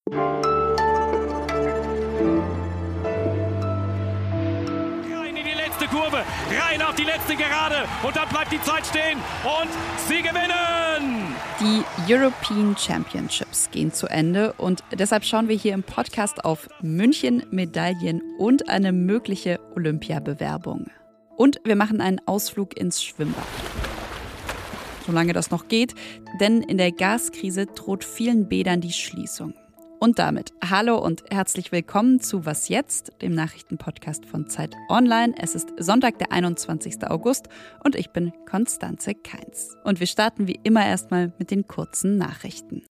Rein in die letzte Kurve, rein auf die letzte Gerade und dann bleibt die Zeit stehen und sie gewinnen! Die European Championships gehen zu Ende und deshalb schauen wir hier im Podcast auf München, Medaillen und eine mögliche Olympiabewerbung. Und wir machen einen Ausflug ins Schwimmbad. Solange das noch geht, denn in der Gaskrise droht vielen Bädern die Schließung. Und damit hallo und herzlich willkommen zu Was jetzt?, dem Nachrichtenpodcast von Zeit Online. Es ist Sonntag, der 21. August und ich bin Constanze Kainz. Und wir starten wie immer erstmal mit den kurzen Nachrichten.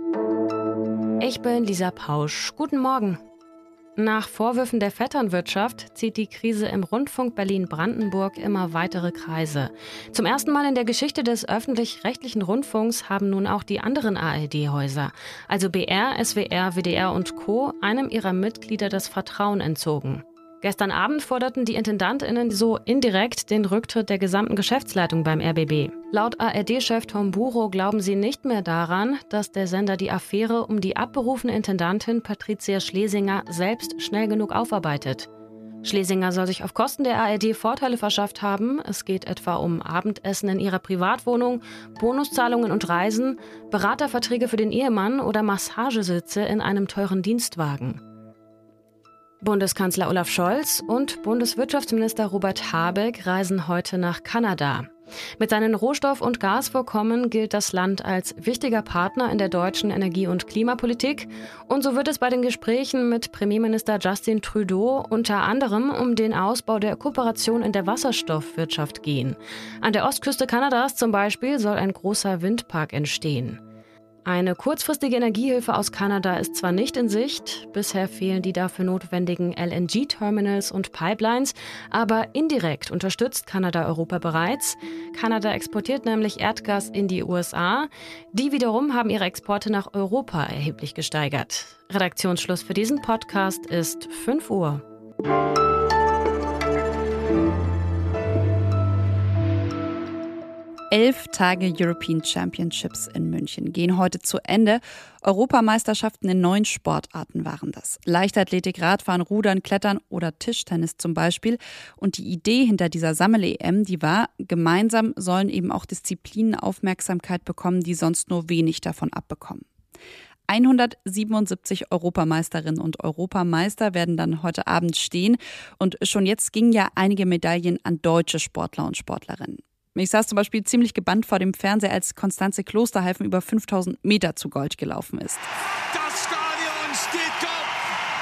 Ich bin Lisa Pausch. Guten Morgen. Nach Vorwürfen der Vetternwirtschaft zieht die Krise im Rundfunk Berlin-Brandenburg immer weitere Kreise. Zum ersten Mal in der Geschichte des öffentlich-rechtlichen Rundfunks haben nun auch die anderen ARD-Häuser, also BR, SWR, WDR und Co., einem ihrer Mitglieder das Vertrauen entzogen. Gestern Abend forderten die IntendantInnen so indirekt den Rücktritt der gesamten Geschäftsleitung beim RBB. Laut ARD-Chef Tom Buro glauben sie nicht mehr daran, dass der Sender die Affäre um die abberufene Intendantin Patricia Schlesinger selbst schnell genug aufarbeitet. Schlesinger soll sich auf Kosten der ARD Vorteile verschafft haben. Es geht etwa um Abendessen in ihrer Privatwohnung, Bonuszahlungen und Reisen, Beraterverträge für den Ehemann oder Massagesitze in einem teuren Dienstwagen. Bundeskanzler Olaf Scholz und Bundeswirtschaftsminister Robert Habeck reisen heute nach Kanada. Mit seinen Rohstoff- und Gasvorkommen gilt das Land als wichtiger Partner in der deutschen Energie- und Klimapolitik. Und so wird es bei den Gesprächen mit Premierminister Justin Trudeau unter anderem um den Ausbau der Kooperation in der Wasserstoffwirtschaft gehen. An der Ostküste Kanadas zum Beispiel soll ein großer Windpark entstehen. Eine kurzfristige Energiehilfe aus Kanada ist zwar nicht in Sicht, bisher fehlen die dafür notwendigen LNG-Terminals und Pipelines, aber indirekt unterstützt Kanada Europa bereits. Kanada exportiert nämlich Erdgas in die USA. Die wiederum haben ihre Exporte nach Europa erheblich gesteigert. Redaktionsschluss für diesen Podcast ist 5 Uhr. Elf Tage European Championships in München gehen heute zu Ende. Europameisterschaften in 9 Sportarten waren das. Leichtathletik, Radfahren, Rudern, Klettern oder Tischtennis zum Beispiel. Und die Idee hinter dieser Sammel-EM, die war, gemeinsam sollen eben auch Disziplinen Aufmerksamkeit bekommen, die sonst nur wenig davon abbekommen. 177 Europameisterinnen und Europameister werden dann heute Abend stehen. Und schon jetzt gingen ja einige Medaillen an deutsche Sportler und Sportlerinnen. Ich saß zum Beispiel ziemlich gebannt vor dem Fernseher, als Constanze Klosterhalfen über 5000 Meter zu Gold gelaufen ist. Das Stadion steht Kopf!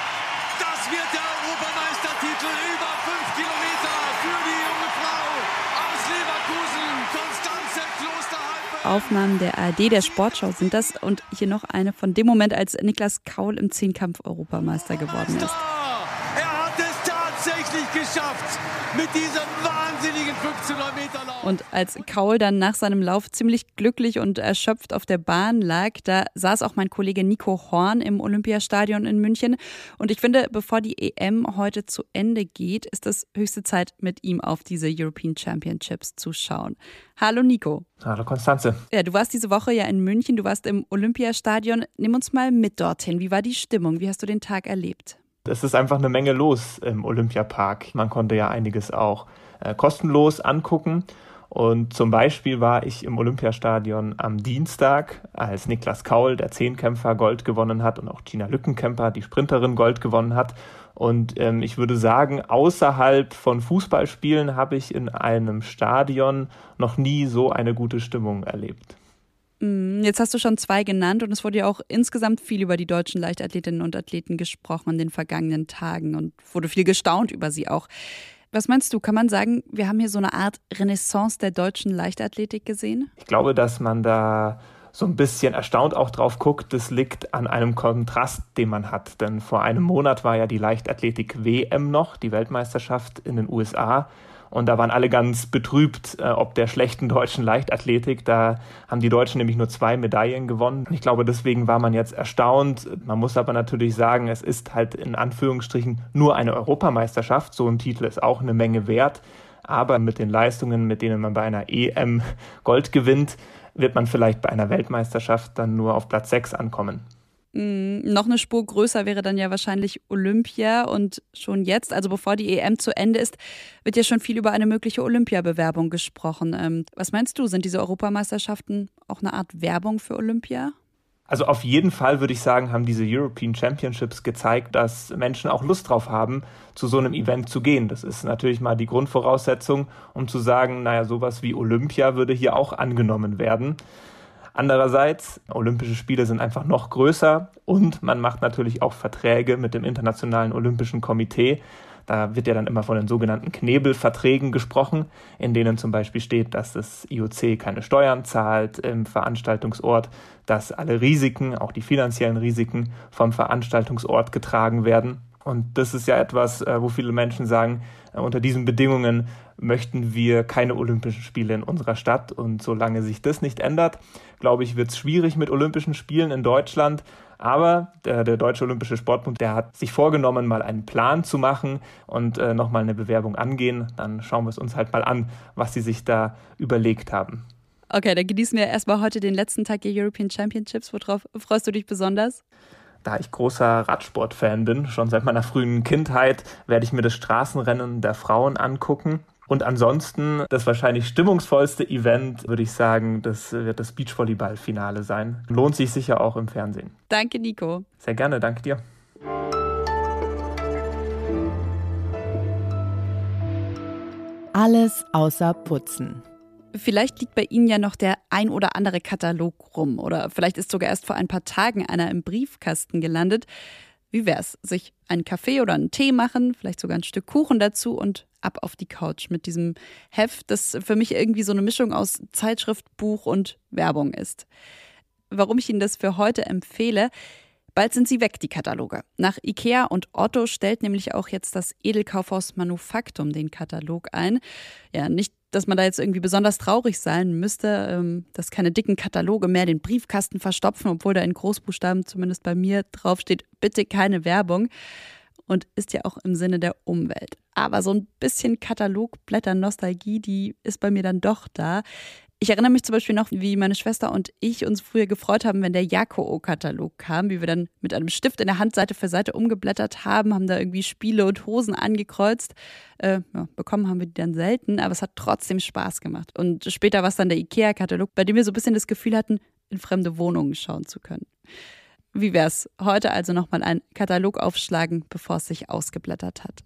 Das wird der Europameistertitel über 5 Kilometer für die junge Frau aus Leverkusen, Constanze Klosterhalfen. Aufnahmen der ARD, der Sportschau sind das. Und hier noch eine von dem Moment, als Niklas Kaul im Zehnkampf Europameister geworden ist. Er hat es tatsächlich geschafft mit diesem wahnsinnigen 1500-Meter-Lauf. Und als Kaul dann nach seinem Lauf ziemlich glücklich und erschöpft auf der Bahn lag, da saß auch mein Kollege Nico Horn im Olympiastadion in München. Und ich finde, bevor die EM heute zu Ende geht, ist es höchste Zeit, mit ihm auf diese European Championships zu schauen. Hallo Nico. Hallo Constanze. Ja, du warst diese Woche ja in München, du warst im Olympiastadion. Nimm uns mal mit dorthin. Wie war die Stimmung? Wie hast du den Tag erlebt? Es ist einfach eine Menge los im Olympiapark. Man konnte ja einiges auch kostenlos angucken. Und zum Beispiel war ich im Olympiastadion am Dienstag, als Niklas Kaul, der Zehnkämpfer, Gold gewonnen hat und auch Gina Lückenkämper, die Sprinterin, Gold gewonnen hat. Und ich würde sagen, außerhalb von Fußballspielen habe ich in einem Stadion noch nie so eine gute Stimmung erlebt. Jetzt hast du schon 2 genannt und es wurde ja auch insgesamt viel über die deutschen Leichtathletinnen und Athleten gesprochen in den vergangenen Tagen und wurde viel gestaunt über sie auch. Was meinst du, kann man sagen, wir haben hier so eine Art Renaissance der deutschen Leichtathletik gesehen? Ich glaube, dass man da so ein bisschen erstaunt auch drauf guckt. Das liegt an einem Kontrast, den man hat. Denn vor einem Monat war ja die Leichtathletik-WM noch, die Weltmeisterschaft in den USA. Und da waren alle ganz betrübt, ob der schlechten deutschen Leichtathletik. Da haben die Deutschen nämlich nur 2 Medaillen gewonnen. Ich glaube, deswegen war man jetzt erstaunt. Man muss aber natürlich sagen, es ist halt in Anführungsstrichen nur eine Europameisterschaft. So ein Titel ist auch eine Menge wert. Aber mit den Leistungen, mit denen man bei einer EM Gold gewinnt, wird man vielleicht bei einer Weltmeisterschaft dann nur auf Platz 6 ankommen. Noch eine Spur größer wäre dann ja wahrscheinlich Olympia und schon jetzt, also bevor die EM zu Ende ist, wird ja schon viel über eine mögliche Olympiabewerbung gesprochen. Was meinst du, sind diese Europameisterschaften auch eine Art Werbung für Olympia? Also auf jeden Fall würde ich sagen, haben diese European Championships gezeigt, dass Menschen auch Lust drauf haben, zu so einem Event zu gehen. Das ist natürlich mal die Grundvoraussetzung, um zu sagen, naja, sowas wie Olympia würde hier auch angenommen werden. Andererseits, Olympische Spiele sind einfach noch größer und man macht natürlich auch Verträge mit dem Internationalen Olympischen Komitee. Da wird ja dann immer von den sogenannten Knebelverträgen gesprochen, in denen zum Beispiel steht, dass das IOC keine Steuern zahlt im Veranstaltungsort, dass alle Risiken, auch die finanziellen Risiken, vom Veranstaltungsort getragen werden. Und das ist ja etwas, wo viele Menschen sagen, unter diesen Bedingungen möchten wir keine Olympischen Spiele in unserer Stadt. Und solange sich das nicht ändert, glaube ich, wird es schwierig mit Olympischen Spielen in Deutschland. Aber der Deutsche Olympische Sportbund, der hat sich vorgenommen, mal einen Plan zu machen und nochmal eine Bewerbung angehen. Dann schauen wir es uns halt mal an, was sie sich da überlegt haben. Okay, dann genießen wir erstmal heute den letzten Tag der European Championships. Worauf freust du dich besonders? Da ich großer Radsportfan bin, schon seit meiner frühen Kindheit, werde ich mir das Straßenrennen der Frauen angucken. Und ansonsten das wahrscheinlich stimmungsvollste Event, würde ich sagen, das wird das Beachvolleyball-Finale sein. Lohnt sich sicher auch im Fernsehen. Danke, Nico. Sehr gerne, danke dir. Alles außer Putzen. Vielleicht liegt bei Ihnen ja noch der ein oder andere Katalog rum oder vielleicht ist sogar erst vor ein paar Tagen einer im Briefkasten gelandet. Wie wär's? Sich einen Kaffee oder einen Tee machen, vielleicht sogar ein Stück Kuchen dazu und ab auf die Couch mit diesem Heft, das für mich irgendwie so eine Mischung aus Zeitschrift, Buch und Werbung ist. Warum ich Ihnen das für heute empfehle: Bald sind sie weg, die Kataloge. Nach Ikea und Otto stellt nämlich auch jetzt das Edelkaufhaus Manufaktum den Katalog ein. Ja, nicht, dass man da jetzt irgendwie besonders traurig sein müsste, dass keine dicken Kataloge mehr den Briefkasten verstopfen, obwohl da in Großbuchstaben zumindest bei mir draufsteht, bitte keine Werbung. Und ist ja auch im Sinne der Umwelt. Aber so ein bisschen Katalogblätter-Nostalgie, die ist bei mir dann doch da. Ich erinnere mich zum Beispiel noch, wie meine Schwester und ich uns früher gefreut haben, wenn der Jako-Katalog kam, wie wir dann mit einem Stift in der Hand Seite für Seite umgeblättert haben da irgendwie Spiele und Hosen angekreuzt. Bekommen haben wir die dann selten, aber es hat trotzdem Spaß gemacht. Und später war es dann der Ikea-Katalog, bei dem wir so ein bisschen das Gefühl hatten, in fremde Wohnungen schauen zu können. Wie wär's? Heute also nochmal einen Katalog aufschlagen, bevor es sich ausgeblättert hat.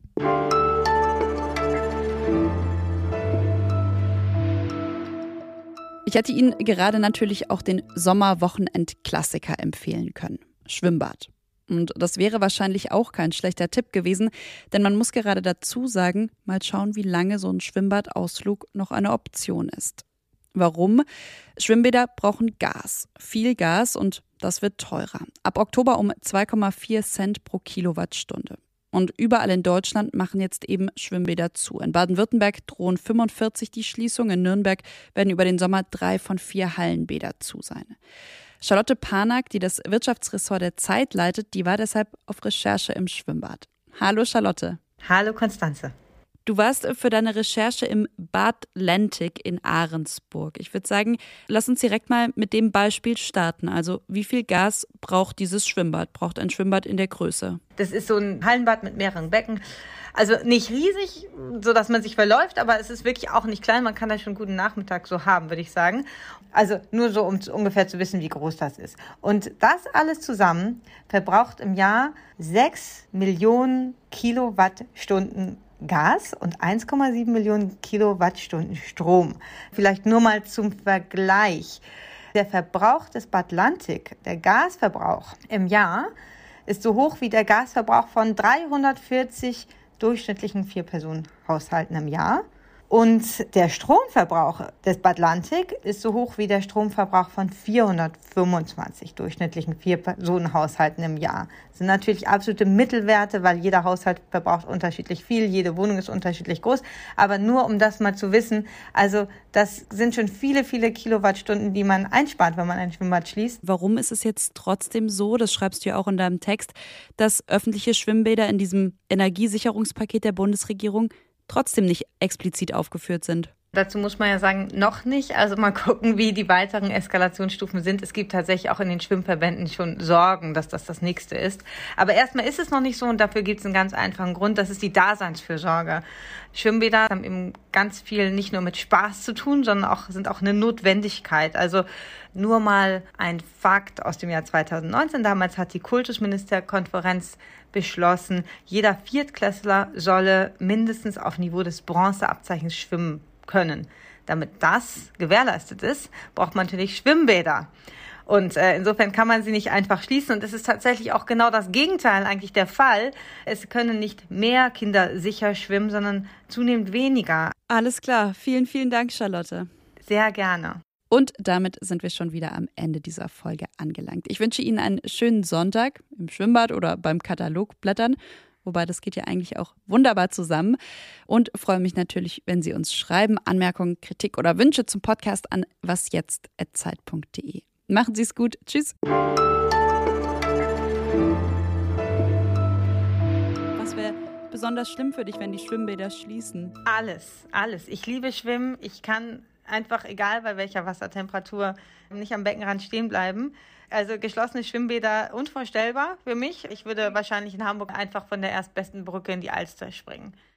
Ich hätte Ihnen gerade natürlich auch den Sommerwochenend-Klassiker empfehlen können. Schwimmbad. Und das wäre wahrscheinlich auch kein schlechter Tipp gewesen, denn man muss gerade dazu sagen, mal schauen, wie lange so ein Schwimmbadausflug noch eine Option ist. Warum? Schwimmbäder brauchen Gas, viel Gas und das wird teurer. Ab Oktober um 2,4 Cent pro Kilowattstunde. Und überall in Deutschland machen jetzt eben Schwimmbäder zu. In Baden-Württemberg drohen 45 die Schließung, in Nürnberg werden über den Sommer 3 von 4 Hallenbäder zu sein. Charlotte Panack, die das Wirtschaftsressort der Zeit leitet, die war deshalb auf Recherche im Schwimmbad. Hallo Charlotte. Hallo Konstanze. Du warst für deine Recherche im Bad Lentik in Ahrensburg. Ich würde sagen, lass uns direkt mal mit dem Beispiel starten. Also wie viel Gas braucht dieses Schwimmbad? Braucht ein Schwimmbad in der Größe? Das ist so ein Hallenbad mit mehreren Becken. Also nicht riesig, so dass man sich verläuft, aber es ist wirklich auch nicht klein. Man kann da schon einen guten Nachmittag so haben, würde ich sagen. Also nur so, um ungefähr zu wissen, wie groß das ist. Und das alles zusammen verbraucht im Jahr 6 Millionen Kilowattstunden Gas und 1,7 Millionen Kilowattstunden Strom. Vielleicht nur mal zum Vergleich. Der Verbrauch des Bad Lentik, der Gasverbrauch im Jahr, ist so hoch wie der Gasverbrauch von 340 durchschnittlichen 4-Personen-Haushalten im Jahr. Und der Stromverbrauch des Bad Lentik ist so hoch wie der Stromverbrauch von 425 durchschnittlichen 4-Personen-Haushalten im Jahr. Das sind natürlich absolute Mittelwerte, weil jeder Haushalt verbraucht unterschiedlich viel, jede Wohnung ist unterschiedlich groß. Aber nur um das mal zu wissen, also das sind schon viele, viele Kilowattstunden, die man einspart, wenn man ein Schwimmbad schließt. Warum ist es jetzt trotzdem so, das schreibst du ja auch in deinem Text, dass öffentliche Schwimmbäder in diesem Energiesicherungspaket der Bundesregierung trotzdem nicht explizit aufgeführt sind? Dazu muss man ja sagen, noch nicht. Also mal gucken, wie die weiteren Eskalationsstufen sind. Es gibt tatsächlich auch in den Schwimmverbänden schon Sorgen, dass das nächste ist. Aber erstmal ist es noch nicht so und dafür gibt es einen ganz einfachen Grund. Das ist die Daseinsfürsorge. Schwimmbäder haben eben ganz viel nicht nur mit Spaß zu tun, sondern sind auch eine Notwendigkeit. Also nur mal ein Fakt aus dem Jahr 2019. Damals hat die Kultusministerkonferenz beschlossen, jeder Viertklässler solle mindestens auf Niveau des Bronzeabzeichens schwimmen können. Damit das gewährleistet ist, braucht man natürlich Schwimmbäder. Und insofern kann man sie nicht einfach schließen. Und es ist tatsächlich auch genau das Gegenteil eigentlich der Fall. Es können nicht mehr Kinder sicher schwimmen, sondern zunehmend weniger. Alles klar. Vielen, vielen Dank, Charlotte. Sehr gerne. Und damit sind wir schon wieder am Ende dieser Folge angelangt. Ich wünsche Ihnen einen schönen Sonntag im Schwimmbad oder beim Katalogblättern. Wobei, das geht ja eigentlich auch wunderbar zusammen. Und freue mich natürlich, wenn Sie uns schreiben, Anmerkungen, Kritik oder Wünsche zum Podcast an wasjetzt@zeit.de. Machen Sie es gut. Tschüss. Was wäre besonders schlimm für dich, wenn die Schwimmbäder schließen? Alles. Ich liebe Schwimmen. Ich kann einfach, egal bei welcher Wassertemperatur, nicht am Beckenrand stehen bleiben. Also geschlossene Schwimmbäder unvorstellbar für mich. Ich würde wahrscheinlich in Hamburg einfach von der erstbesten Brücke in die Alster springen.